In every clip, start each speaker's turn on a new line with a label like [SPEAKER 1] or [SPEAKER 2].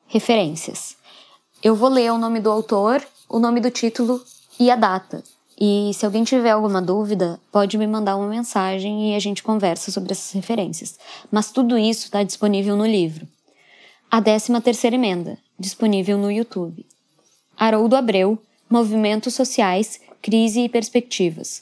[SPEAKER 1] Referências. Eu vou ler o nome do autor, o nome do título e a data. E se alguém tiver alguma dúvida, pode me mandar uma mensagem e a gente conversa sobre essas referências. Mas tudo isso está disponível no livro. A 13ª Emenda, disponível no YouTube. Haroldo Abreu, Movimentos Sociais, Crise e Perspectivas,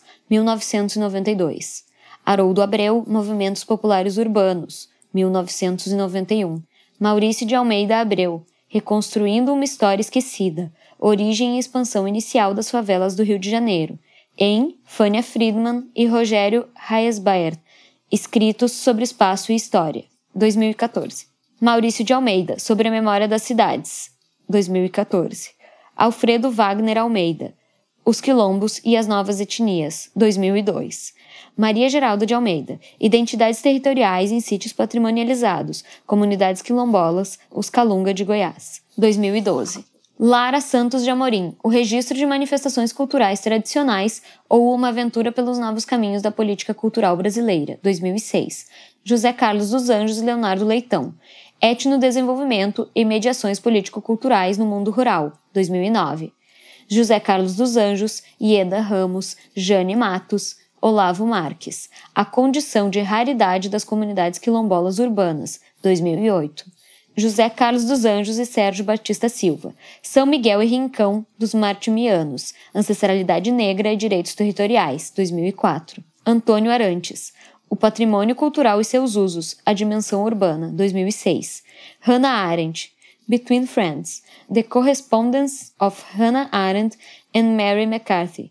[SPEAKER 1] 1992. Haroldo Abreu, Movimentos Populares Urbanos, 1991. Maurício de Almeida Abreu, Reconstruindo uma História Esquecida, Origem e Expansão Inicial das Favelas do Rio de Janeiro, em Fânia Friedman e Rogério Hayesbaer, Escritos sobre Espaço e História, 2014. Maurício de Almeida, Sobre a Memória das Cidades, 2014. Alfredo Wagner Almeida, Os Quilombos e as Novas Etnias, 2002. Maria Geralda de Almeida, Identidades Territoriais em Sítios Patrimonializados, Comunidades Quilombolas, Os Calunga de Goiás, 2012. Lara Santos de Amorim, O Registro de Manifestações Culturais Tradicionais ou Uma Aventura pelos Novos Caminhos da Política Cultural Brasileira, 2006. José Carlos dos Anjos e Leonardo Leitão, Etnodesenvolvimento e Mediações Político-Culturais no Mundo Rural, 2009. José Carlos dos Anjos, Ieda Ramos, Jane Matos, Olavo Marques, A Condição de Raridade das Comunidades Quilombolas Urbanas, 2008. José Carlos dos Anjos e Sérgio Batista Silva, São Miguel e Rincão dos Martimianos, Ancestralidade Negra e Direitos Territoriais, 2004. Antônio Arantes, O Patrimônio Cultural e Seus Usos, A Dimensão Urbana, 2006. Hannah Arendt, Between Friends, The Correspondence of Hannah Arendt and Mary McCarthy,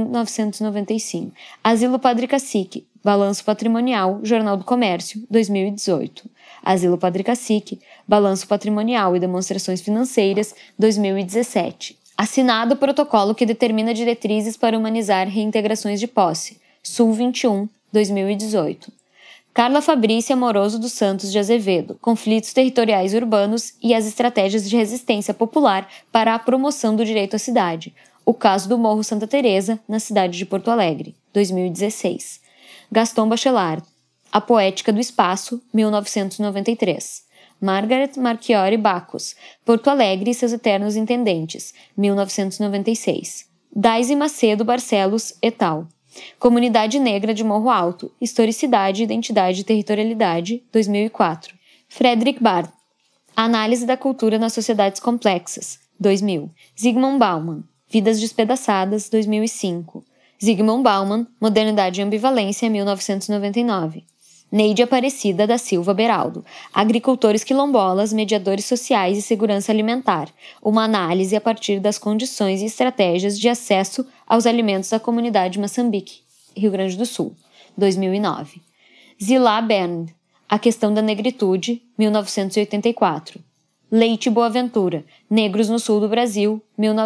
[SPEAKER 1] 1995. Asilo Padre Cacique, Balanço Patrimonial, Jornal do Comércio, 2018. Asilo Padre Cacique, Balanço Patrimonial e Demonstrações Financeiras, 2017. Assinado o protocolo que determina diretrizes para humanizar reintegrações de posse, Sul 21, 2018. Carla Fabrícia Amoroso dos Santos de Azevedo, Conflitos Territoriais Urbanos e as Estratégias de Resistência Popular para a Promoção do Direito à Cidade, O Caso do Morro Santa Teresa, na cidade de Porto Alegre, 2016. Gaston Bachelard, A Poética do Espaço, 1993. Margaret Marchiori Bacchus, Porto Alegre e seus Eternos Intendentes, 1996. Daisy Macedo Barcelos et al. Comunidade Negra de Morro Alto, Historicidade, Identidade e Territorialidade, 2004. Frederick Barth, Análise da Cultura nas Sociedades Complexas, 2000. Zygmunt Bauman, Vidas Despedaçadas, 2005. Zygmunt Bauman, Modernidade e Ambivalência, 1999. Neide Aparecida da Silva Beraldo, Agricultores Quilombolas, Mediadores Sociais e Segurança Alimentar, uma análise a partir das condições e estratégias de acesso aos alimentos da comunidade Moçambique, Rio Grande do Sul, 2009. Zilá Bernd, A Questão da Negritude, 1984. Leite Boaventura, Negros no Sul do Brasil,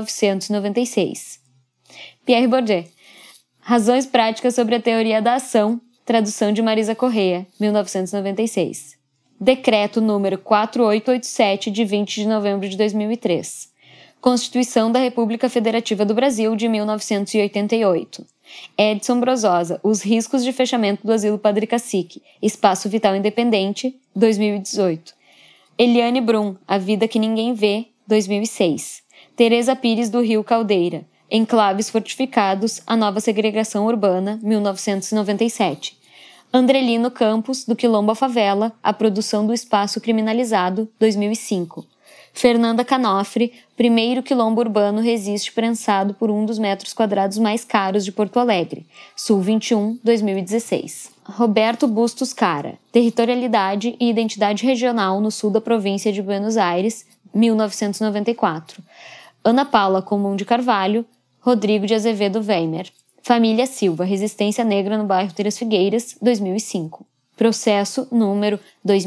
[SPEAKER 1] 1996. Pierre Bourdieu, Razões Práticas sobre a Teoria da Ação, tradução de Marisa Corrêa, 1996. Decreto número 4887, de 20 de novembro de 2003. Constituição da República Federativa do Brasil, de 1988. Edson Brozosa, Os Riscos de Fechamento do Asilo Padre Cacique, Espaço Vital Independente, 2018. Eliane Brum, A Vida que Ninguém Vê, 2006. Teresa Pires do Rio Caldeira, Enclaves Fortificados, A Nova Segregação Urbana, 1997. Andrelino Campos, Do Quilombo à Favela, A Produção do Espaço Criminalizado, 2005. Fernanda Canofre, Primeiro Quilombo Urbano Resiste Prensado por um dos metros quadrados mais caros de Porto Alegre, Sul 21, 2016. Roberto Bustos Cara, Territorialidade e Identidade Regional no Sul da Província de Buenos Aires, 1994. Ana Paula Comum de Carvalho, Rodrigo de Azevedo Weimer. Família Silva, Resistência Negra no Bairro Três Figueiras, 2005. Processo número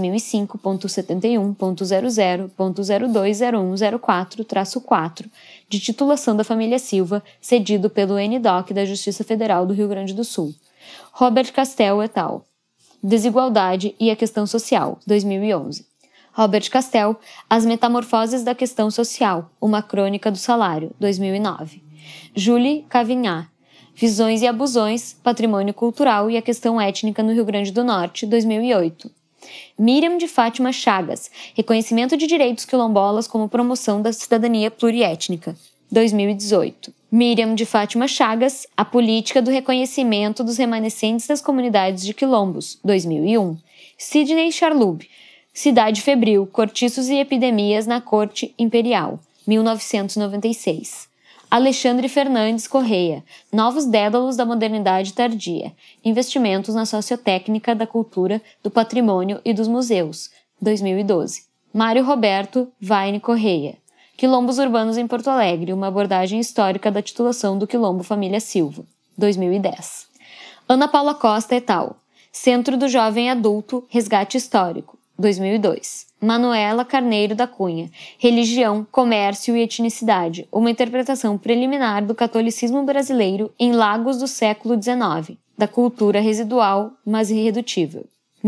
[SPEAKER 1] 2005.71.00.020104-4, de titulação da família Silva, cedido pelo NDOC da Justiça Federal do Rio Grande do Sul. Robert Castell et al. Desigualdade e a Questão Social, 2011. Robert Castell, As Metamorfoses da Questão Social, Uma Crônica do Salário, 2009. Julie Cavignat, Visões e Abusões, Patrimônio Cultural e a Questão Étnica no Rio Grande do Norte, 2008. Miriam de Fátima Chagas, reconhecimento de direitos quilombolas como promoção da cidadania pluriétnica, 2018. Miriam de Fátima Chagas, a política do reconhecimento dos remanescentes das comunidades de quilombos, 2001. Sidney Charlub, Cidade Febril, Cortiços e Epidemias na Corte Imperial, 1996. Alexandre Fernandes Correia, Novos Dédalos da Modernidade Tardia, Investimentos na Sociotécnica da Cultura, do Patrimônio e dos Museus, 2012. Mário Roberto Vaine Correia, Quilombos Urbanos em Porto Alegre, uma abordagem histórica da titulação do Quilombo Família Silva, 2010. Ana Paula Costa et al., Centro do Jovem Adulto, Resgate Histórico, 2002. Manuela Carneiro da Cunha, Religião, Comércio e Etnicidade, uma interpretação preliminar do catolicismo brasileiro em Lagos do século XIX, da cultura residual, mas irredutível,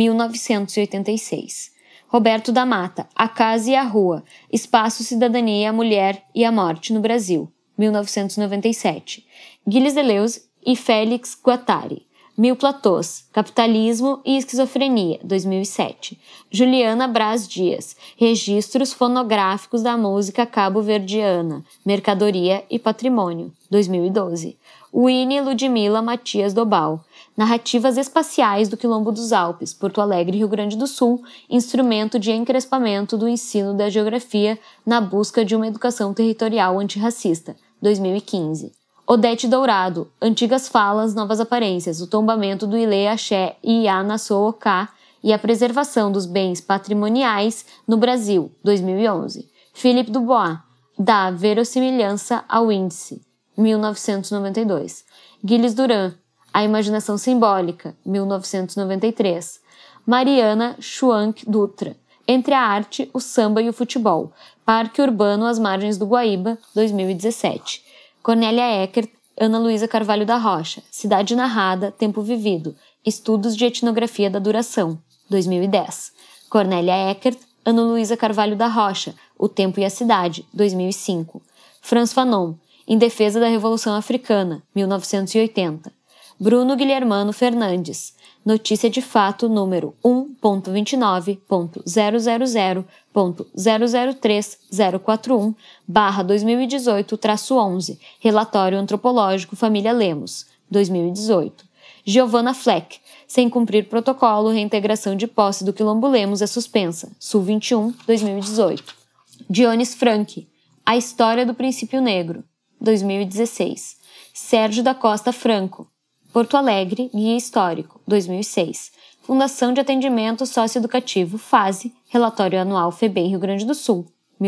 [SPEAKER 1] 1986. Roberto da Mata, A Casa e a Rua, Espaço, Cidadania, a Mulher e a Morte no Brasil, 1997. Gilles Deleuze e Félix Guattari, Mil Platôs, Capitalismo e Esquizofrenia, 2007. Juliana Braz Dias, Registros Fonográficos da Música Cabo-Verdiana, Mercadoria e Patrimônio, 2012. Winnie Ludmila Matias Dobal, Narrativas Espaciais do Quilombo dos Alpes, Porto Alegre, Rio Grande do Sul, instrumento de encrespamento do ensino da geografia na busca de uma educação territorial antirracista, 2015. Odete Dourado, Antigas Falas, Novas Aparências, o tombamento do Ilê Axé e Iana Sooká e a preservação dos bens patrimoniais no Brasil, 2011. Philippe Dubois, Da Verossimilhança ao Índice, 1992. Gilles Duran, A Imaginação Simbólica, 1993. Mariana Schwank Dutra, Entre a Arte, o Samba e o Futebol, Parque Urbano às Margens do Guaíba, 2017. Cornélia Eckert, Ana Luísa Carvalho da Rocha, Cidade Narrada, Tempo Vivido, Estudos de Etnografia da Duração, 2010. Cornélia Eckert, Ana Luísa Carvalho da Rocha, O Tempo e a Cidade, 2005. Franz Fanon, Em Defesa da Revolução Africana, 1980. Bruno Guilhermano Fernandes, Notícia de Fato número 1.29.0000.003.041/2018-11, Relatório Antropológico Família Lemos, 2018. Giovanna Fleck, Sem Cumprir Protocolo, Reintegração de Posse do Quilombo Lemos é suspensa, Sul 21, 2018. Dionis Frank, A História do Princípio Negro, 2016. Sérgio da Costa Franco, Porto Alegre, Guia Histórico, 2006. Fundação de Atendimento Socioeducativo, FASE, Relatório Anual FEBEM Rio Grande do Sul,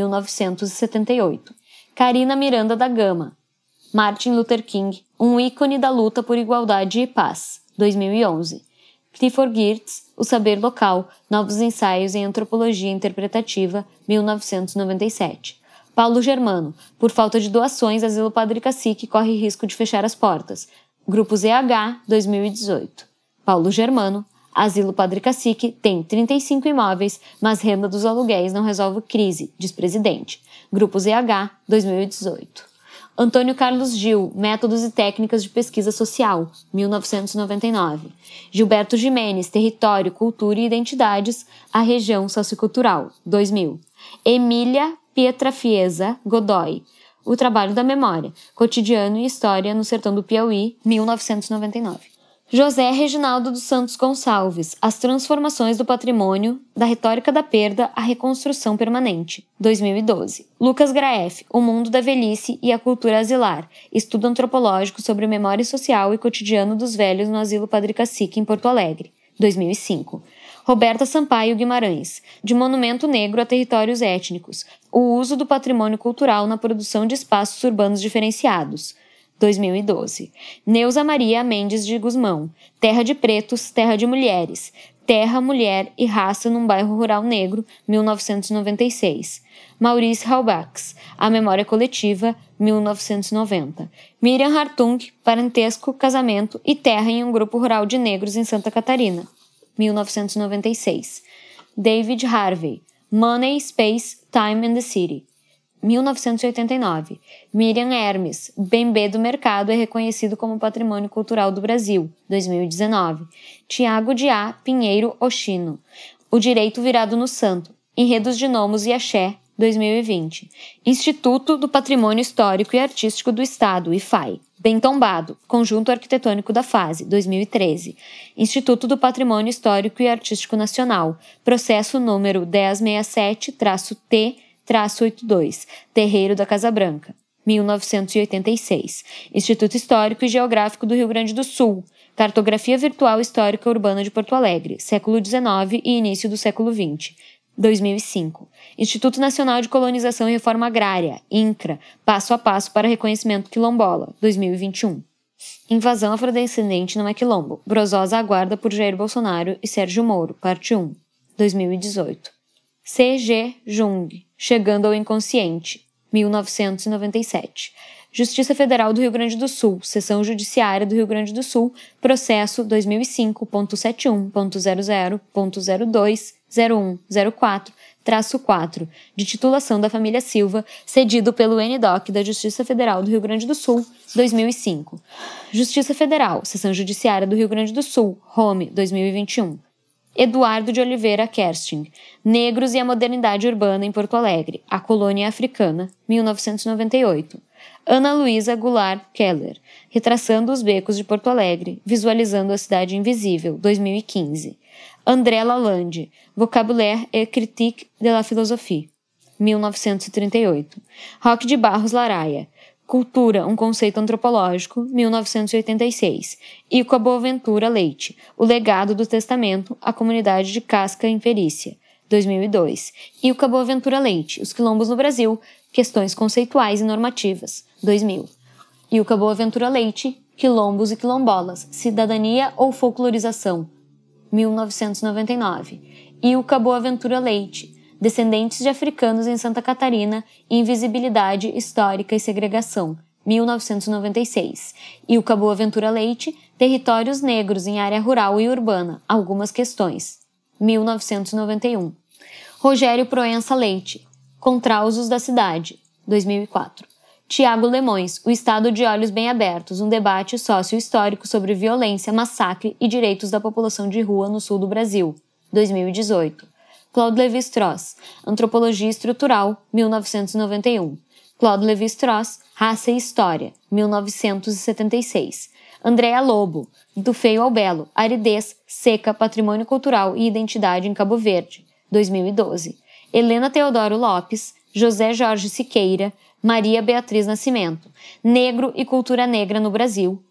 [SPEAKER 1] 1978. Carina Miranda da Gama, Martin Luther King, um ícone da luta por igualdade e paz, 2011. Clifford Geertz, O Saber Local, Novos Ensaios em Antropologia Interpretativa, 1997. Paulo Germano, Por Falta de Doações, Asilo Padre Cacique corre risco de fechar as portas, Grupo ZH, 2018. Paulo Germano, Asilo Padre Cacique tem 35 imóveis, mas renda dos aluguéis não resolve crise, diz presidente. Grupo ZH, 2018. Antônio Carlos Gil, Métodos e Técnicas de Pesquisa Social, 1999. Gilberto Gimenez, Território, Cultura e Identidades, a Região Sociocultural, 2000. Emília Pietrafiesa Godoy, O Trabalho da Memória, Cotidiano e História no Sertão do Piauí, 1999. José Reginaldo dos Santos Gonçalves, As Transformações do Patrimônio, da Retórica da Perda à Reconstrução Permanente, 2012. Lucas Graef, O Mundo da Velhice e a Cultura Asilar, Estudo Antropológico sobre Memória Social e Cotidiano dos Velhos no Asilo Padre Cacique, em Porto Alegre, 2005. Roberta Sampaio Guimarães, De Monumento Negro a Territórios Étnicos, o uso do patrimônio cultural na produção de espaços urbanos diferenciados, 2012. Neuza Maria Mendes de Guzmão, Terra de Pretos, Terra de Mulheres, Terra, Mulher e Raça num Bairro Rural Negro, 1996. Maurice Halbachs, A Memória Coletiva, 1990. Miriam Hartung, Parentesco, Casamento e Terra em um Grupo Rural de Negros em Santa Catarina, 1996. David Harvey, Money, Space, Time and the City, 1989. Miriam Hermes, Bembê do Mercado é reconhecido como Patrimônio Cultural do Brasil, 2019. Tiago de A. Pinheiro Oshino, O Direito Virado no Santo, Enredos de Gnomos e Axé, 2020. Instituto do Patrimônio Histórico e Artístico do Estado, IFAI. Bem Tombado, Conjunto Arquitetônico da Fase, 2013. Instituto do Patrimônio Histórico e Artístico Nacional, processo número 1067-T-82, Terreiro da Casa Branca, 1986. Instituto Histórico e Geográfico do Rio Grande do Sul, Cartografia Virtual Histórica Urbana de Porto Alegre, século XIX e início do século XX, 2005. Instituto Nacional de Colonização e Reforma Agrária, INCRA, Passo a Passo para Reconhecimento Quilombola, 2021. Invasão afrodescendente não é quilombo. Brososa aguarda por Jair Bolsonaro e Sérgio Moro, parte 1, 2018. C.G. Jung, Chegando ao Inconsciente, 1997. Justiça Federal do Rio Grande do Sul, Seção Judiciária do Rio Grande do Sul, processo 2005.71.00.020104-4, de titulação da família Silva, cedido pelo NDOC da Justiça Federal do Rio Grande do Sul, 2005. Justiça Federal, Seção Judiciária do Rio Grande do Sul, Home, 2021. Eduardo de Oliveira Kersting, Negros e a Modernidade Urbana em Porto Alegre, A Colônia Africana, 1998. Ana Luísa Goulart Keller, Retraçando os Becos de Porto Alegre, Visualizando a Cidade Invisível, 2015. André Lalande, Vocabulaire et Critique de la Philosophie, 1938. Roque de Barros Laraia, Cultura, um Conceito Antropológico, 1986. Ilka Boaventura Leite, O Legado do Testamento, a Comunidade de Casca Imperícia, 2002. Ilka Boaventura Leite, Os Quilombos no Brasil, Questões Conceituais e Normativas, 2000. Ilka Boaventura Leite, Quilombos e Quilombolas, Cidadania ou Folclorização, 1999. Ilka Boaventura Leite, Descendentes de Africanos em Santa Catarina, Invisibilidade Histórica e Segregação, 1996. Ilka Boaventura Leite, Territórios Negros em Área Rural e Urbana, Algumas Questões, 1991. Rogério Proença Leite, Contrausos da Cidade, 2004. Tiago Lemões, O Estado de Olhos Bem Abertos, um debate sócio-histórico sobre violência, massacre e direitos da população de rua no sul do Brasil, 2018. Claude Lévi-Strauss, Antropologia Estrutural, 1991. Claude Lévi-Strauss, Raça e História, 1976. Andréa Lobo, Do Feio ao Belo, Aridez, Seca, Patrimônio Cultural e Identidade em Cabo Verde, 2012. Helena Teodoro Lopes, José Jorge Siqueira, Maria Beatriz Nascimento, Negro e Cultura Negra no Brasil,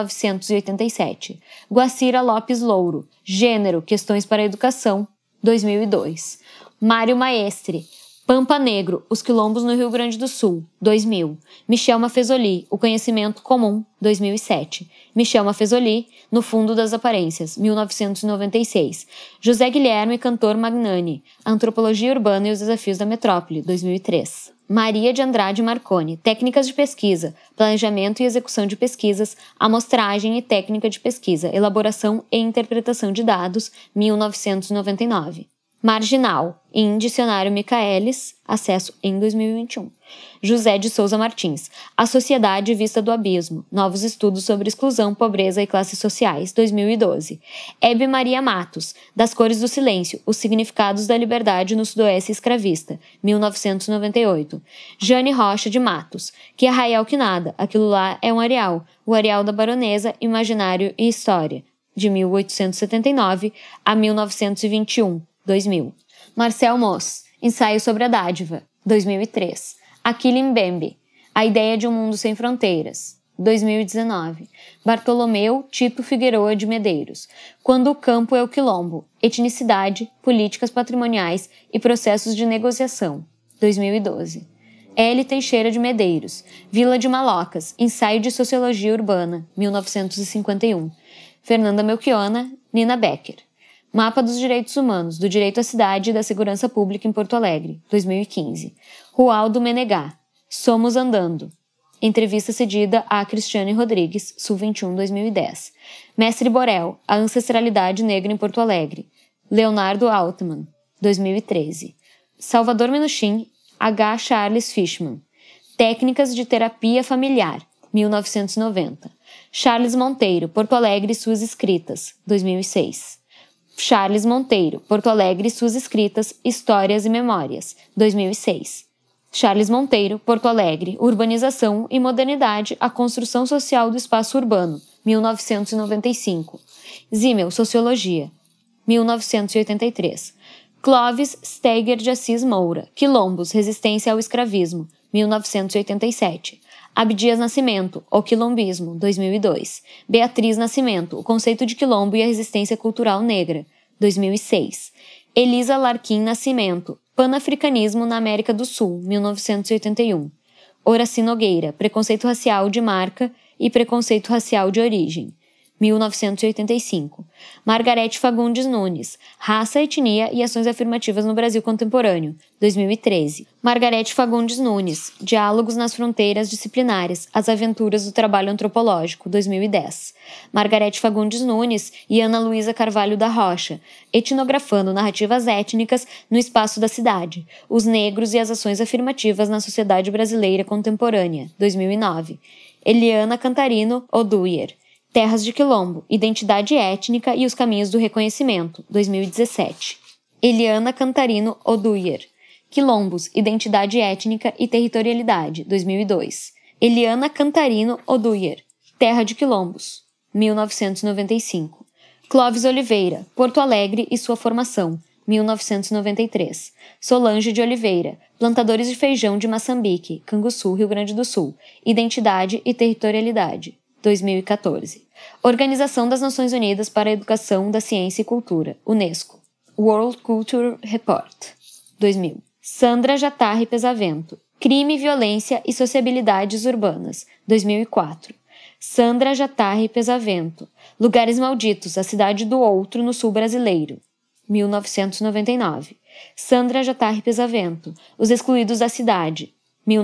[SPEAKER 1] 1987. Guacira Lopes Louro, Gênero, Questões para a Educação, 2002. Mário Maestre, Pampa Negro, Os Quilombos no Rio Grande do Sul, 2000. Michel Maffezoli, O Conhecimento Comum, 2007. Michel Maffezoli, No Fundo das Aparências, 1996. José Guilherme Cantor Magnani, Antropologia Urbana e os Desafios da Metrópole, 2003. Maria de Andrade Marconi, Técnicas de Pesquisa, Planejamento e Execução de Pesquisas, Amostragem e Técnica de Pesquisa, Elaboração e Interpretação de Dados, 1999. Marginal, em Dicionário Michaelis, acesso em 2021. José de Souza Martins, A Sociedade Vista do Abismo, Novos Estudos sobre Exclusão, Pobreza e Classes Sociais, 2012. Hebe Maria Matos, Das Cores do Silêncio, Os Significados da Liberdade no Sudoeste Escravista, 1998. Jane Rocha de Matos, Que Arraial que Nada, Aquilo Lá é um Areal, O Areal da Baronesa, Imaginário e História, de 1879 a 1921. 2000. Marcel Mauss, Ensaio sobre a Dádiva, 2003. Achille Mbembe, A Ideia de um Mundo Sem Fronteiras, 2019. Bartolomeu Tito Figueroa de Medeiros, Quando o Campo é o Quilombo, Etnicidade, Políticas Patrimoniais e Processos de Negociação, 2012. L. Teixeira de Medeiros, Vila de Malocas, Ensaio de Sociologia Urbana, 1951. Fernanda Melchiona, Nina Becker. Mapa dos Direitos Humanos, do Direito à Cidade e da Segurança Pública em Porto Alegre, 2015. Rualdo Menegá, Somos Andando. Entrevista cedida a Cristiane Rodrigues, Sul 21, 2010. Mestre Borel, A Ancestralidade Negra em Porto Alegre. Leonardo Altman, 2013. Salvador Minuchin, H. Charles Fishman. Técnicas de Terapia Familiar, 1990. Charles Monteiro, Porto Alegre e Suas Escritas, 2006. Charles Monteiro, Porto Alegre e suas escritas, Histórias e Memórias, 2006. Charles Monteiro, Porto Alegre, Urbanização e Modernidade, a Construção Social do Espaço Urbano, 1995. Zimmel, Sociologia, 1983. Clóvis Steiger de Assis Moura, Quilombos, Resistência ao Escravismo, 1987. Abdias Nascimento, O Quilombismo, 2002. Beatriz Nascimento, O Conceito de Quilombo e a Resistência Cultural Negra, 2006. Elisa Larquim Nascimento, Panafricanismo na América do Sul, 1981. Horaci Nogueira, Preconceito Racial de Marca e Preconceito Racial de Origem, 1985. Margarete Fagundes Nunes, Raça, Etnia e Ações Afirmativas no Brasil Contemporâneo, 2013. Margarete Fagundes Nunes, Diálogos nas Fronteiras Disciplinares, As Aventuras do Trabalho Antropológico, 2010. Margarete Fagundes Nunes e Ana Luísa Carvalho da Rocha, Etnografando Narrativas Étnicas no Espaço da Cidade, Os Negros e as Ações Afirmativas na Sociedade Brasileira Contemporânea, 2009. Eliana Cantarino Oduyer, Terras de Quilombo, Identidade Étnica e os Caminhos do Reconhecimento, 2017. Eliana Cantarino Oduyer, Quilombos, Identidade Étnica e Territorialidade, 2002. Eliana Cantarino Oduyer, Terra de Quilombos, 1995. Clóvis Oliveira, Porto Alegre e sua formação, 1993. Solange de Oliveira, Plantadores de Feijão de Maçambique, Canguçu, Rio Grande do Sul, Identidade e Territorialidade, 2014. Organização das Nações Unidas para a Educação da Ciência e Cultura, Unesco. World Culture Report, 2000. Sandra Jatarri Pesavento, Crime, Violência e Sociabilidades Urbanas, 2004. Sandra Jatarri Pesavento, Lugares Malditos, a Cidade do Outro no Sul Brasileiro, 1999. Sandra Jatarri Pesavento, Os Excluídos da Cidade,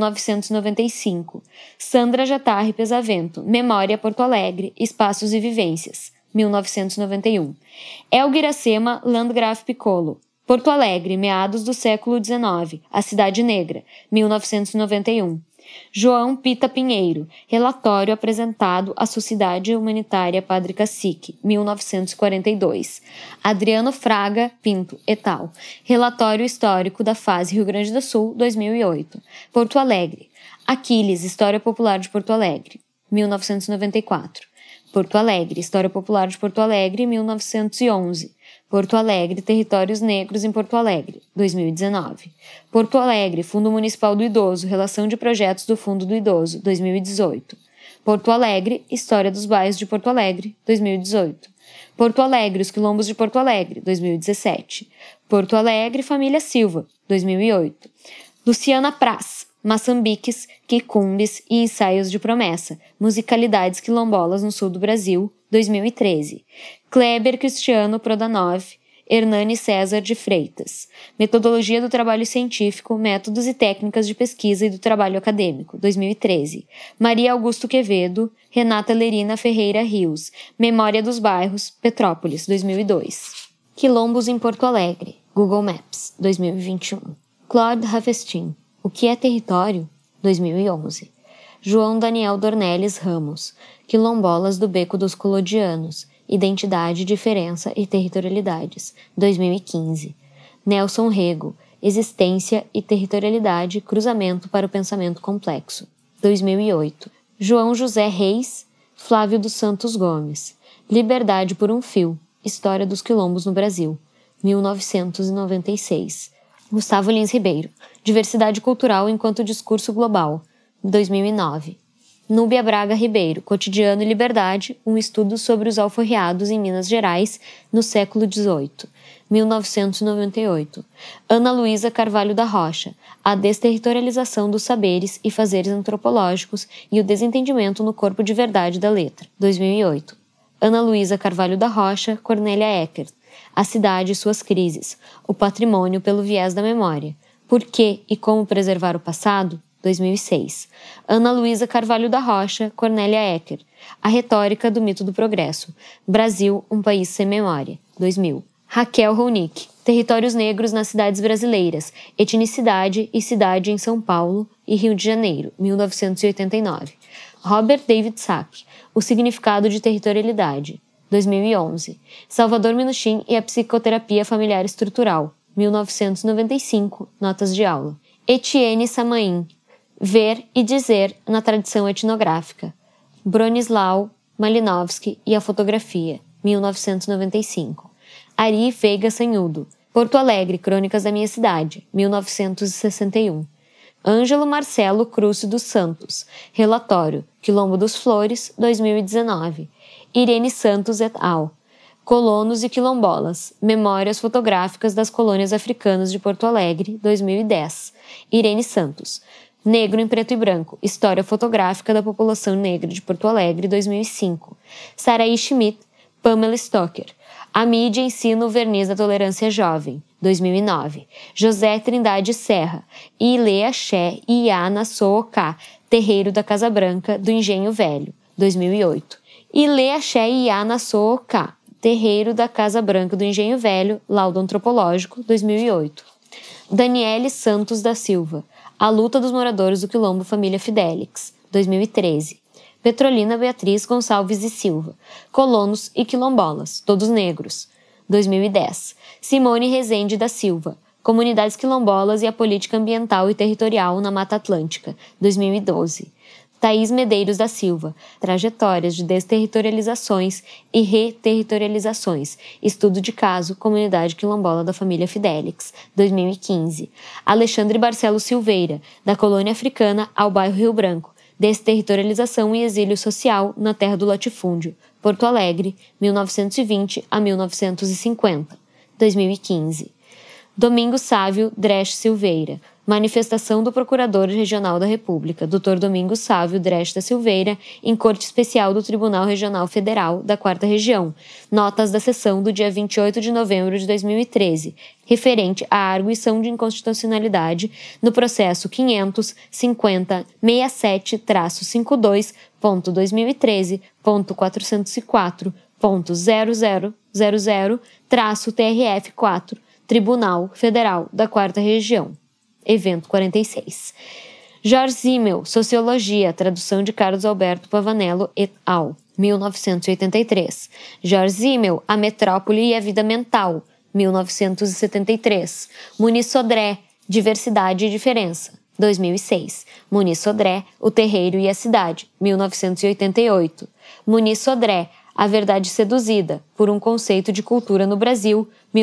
[SPEAKER 1] 1995. Sandra Jatarri Pesavento, Memória Porto Alegre, Espaços e Vivências, 1991. Elga Iracema Landgraf Piccolo, Porto Alegre, meados do século XIX, A Cidade Negra, 1991. João Pita Pinheiro, Relatório apresentado à Sociedade Humanitária Padre Cacique, 1942. Adriano Fraga Pinto et al. Relatório Histórico da Fase Rio Grande do Sul, 2008. Porto Alegre. Aquiles, História Popular de Porto Alegre, 1994. Porto Alegre, História Popular de Porto Alegre, 1911. Porto Alegre, Territórios Negros em Porto Alegre, 2019. Porto Alegre, Fundo Municipal do Idoso, Relação de Projetos do Fundo do Idoso, 2018. Porto Alegre, História dos Bairros de Porto Alegre, 2018. Porto Alegre, Os Quilombos de Porto Alegre, 2017. Porto Alegre, Família Silva, 2008. Luciana Praz, Maçambiques, Quicumbes e Ensaios de Promessa, Musicalidades Quilombolas no Sul do Brasil, 2013. Kleber Cristiano Prodanov, Hernani César de Freitas. Metodologia do Trabalho Científico, Métodos e Técnicas de Pesquisa e do Trabalho Acadêmico, 2013. Maria Augusto Quevedo, Renata Lerina Ferreira Rios, Memória dos Bairros, Petrópolis, 2002. Quilombos em Porto Alegre, Google Maps, 2021. Claude Ravestin, O que é Território? 2011. João Daniel Dornelles Ramos, Quilombolas do Beco dos Colodianos, Identidade, Diferença e Territorialidades, 2015. Nelson Rego, Existência e Territorialidade, Cruzamento para o Pensamento Complexo, 2008. João José Reis, Flávio dos Santos Gomes, Liberdade por um Fio, História dos Quilombos no Brasil, 1996. Gustavo Lins Ribeiro, Diversidade Cultural enquanto Discurso Global, 2009. Núbia Braga Ribeiro, Cotidiano e Liberdade, um estudo sobre os alforriados em Minas Gerais no século XVIII, 1998. Ana Luísa Carvalho da Rocha, A Desterritorialização dos Saberes e Fazeres Antropológicos e o Desentendimento no Corpo de Verdade da Letra, 2008. Ana Luísa Carvalho da Rocha, Cornélia Eckert, A Cidade e Suas Crises, O Patrimônio pelo Viés da Memória, Por que e Como Preservar o Passado, 2006. Ana Luísa Carvalho da Rocha, Cornélia Eckert, A Retórica do Mito do Progresso, Brasil, um País Sem Memória, 2000. Raquel Ronick, Territórios Negros nas Cidades Brasileiras, Etnicidade e Cidade em São Paulo e Rio de Janeiro, 1989. Robert David Sack, O Significado de Territorialidade, 2011. Salvador Minuchin e a psicoterapia familiar estrutural, 1995, notas de aula. Etienne Samain, Ver e Dizer na tradição etnográfica, Bronislau Malinowski e a fotografia, 1995. Ari Veiga Sanhudo, Porto Alegre, Crônicas da Minha Cidade, 1961. Ângelo Marcelo Cruz dos Santos, Relatório, Quilombo dos Flores, 2019. Irene Santos et al., Colonos e Quilombolas, Memórias Fotográficas das Colônias Africanas de Porto Alegre, 2010. Irene Santos. Negro em Preto e Branco, História Fotográfica da População Negra de Porto Alegre, 2005. Saraí Schmidt, Pamela Stocker. A Mídia Ensina o Verniz da Tolerância Jovem, 2009. José Trindade Serra. Ile Axé Iana Sooká, Terreiro da Casa Branca, do Engenho Velho, 2008. Ile Axé Iana Sooká, Terreiro da Casa Branca do Engenho Velho, Laudo Antropológico, 2008. Daniele Santos da Silva. A Luta dos Moradores do Quilombo Família Fidelix, 2013. Petrolina Beatriz Gonçalves e Silva. Colonos e Quilombolas, Todos Negros, 2010. Simone Rezende da Silva. Comunidades Quilombolas e a Política Ambiental e Territorial na Mata Atlântica, 2012. Thaís Medeiros da Silva, Trajetórias de Desterritorializações e Reterritorializações, Estudo de Caso, Comunidade Quilombola da Família Fidelix, 2015. Alexandre Barcelos Silveira, Da Colônia Africana ao Bairro Rio Branco, Desterritorialização e Exílio Social na Terra do Latifúndio, Porto Alegre, 1920 a 1950, 2015. Domingos Sávio Dresch Silveira, Manifestação do Procurador Regional da República, Dr. Domingos Sávio Dresch da Silveira, em Corte Especial do Tribunal Regional Federal da 4ª Região, notas da sessão do dia 28 de novembro de 2013, referente à arguição de inconstitucionalidade no processo 550.67-52.2013.404.0000-TRF4, Tribunal Federal da 4ª Região. Evento 46. Jorge Simmel, Sociologia, tradução de Carlos Alberto Pavanello et al., 1983. Jorge Simmel, A Metrópole e a Vida Mental, 1973. Muniz Sodré, Diversidade e Diferença, 2006. Muniz Sodré, O Terreiro e a Cidade, 1988. Muniz Sodré, A Verdade Seduzida, por um Conceito de Cultura no Brasil,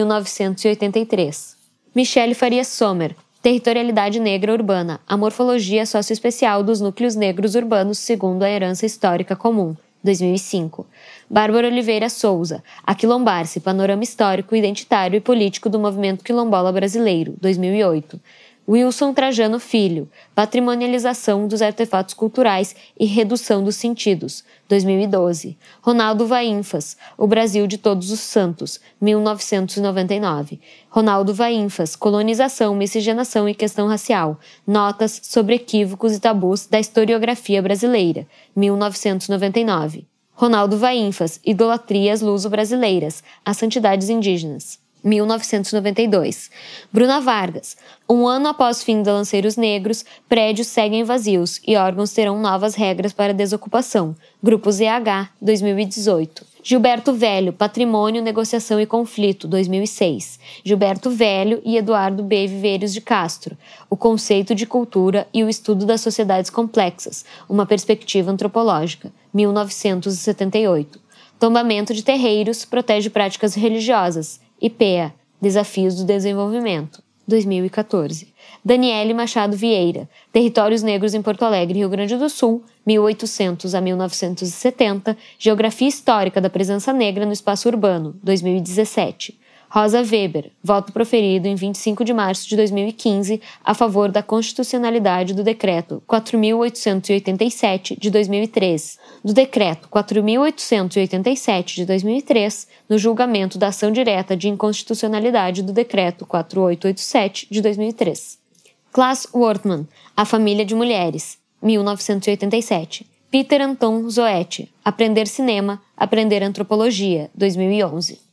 [SPEAKER 1] 1983. Michele Farias Sommer, Territorialidade Negra Urbana, a morfologia socioespecial dos núcleos negros urbanos segundo a herança histórica comum, 2005. Bárbara Oliveira Souza, Aquilombar-se, panorama histórico, identitário e político do movimento quilombola brasileiro, 2008. Wilson Trajano Filho, Patrimonialização dos Artefatos Culturais e Redução dos Sentidos, 2012. Ronaldo Vainfas, O Brasil de Todos os Santos, 1999. Ronaldo Vainfas, Colonização, Miscigenação e Questão Racial, Notas sobre Equívocos e Tabus da Historiografia Brasileira, 1999. Ronaldo Vainfas, Idolatrias Luso-Brasileiras, As Santidades Indígenas, 1992. Bruna Vargas. Um ano após fim dos lanceiros negros, prédios seguem vazios e órgãos terão novas regras para desocupação. Grupo ZH, 2018. Gilberto Velho, Patrimônio, Negociação e Conflito, 2006. Gilberto Velho e Eduardo B. Viveiros de Castro. O Conceito de Cultura e o Estudo das Sociedades Complexas. Uma Perspectiva Antropológica, 1978. Tombamento de Terreiros protege práticas religiosas. IPEA, Desafios do Desenvolvimento, 2014. Daniele Machado Vieira, Territórios Negros em Porto Alegre, Rio Grande do Sul, 1800 a 1970, Geografia Histórica da Presença Negra no Espaço Urbano, 2017. Rosa Weber, voto proferido em 25 de março de 2015 a favor da constitucionalidade do Decreto 4.887 de 2003, do Decreto 4.887 de 2003, no julgamento da ação direta de inconstitucionalidade do Decreto 4887 de 2003. Klaas Wortmann, A Família de Mulheres, 1987. Peter Anton Zoete, Aprender Cinema, Aprender Antropologia, 2011.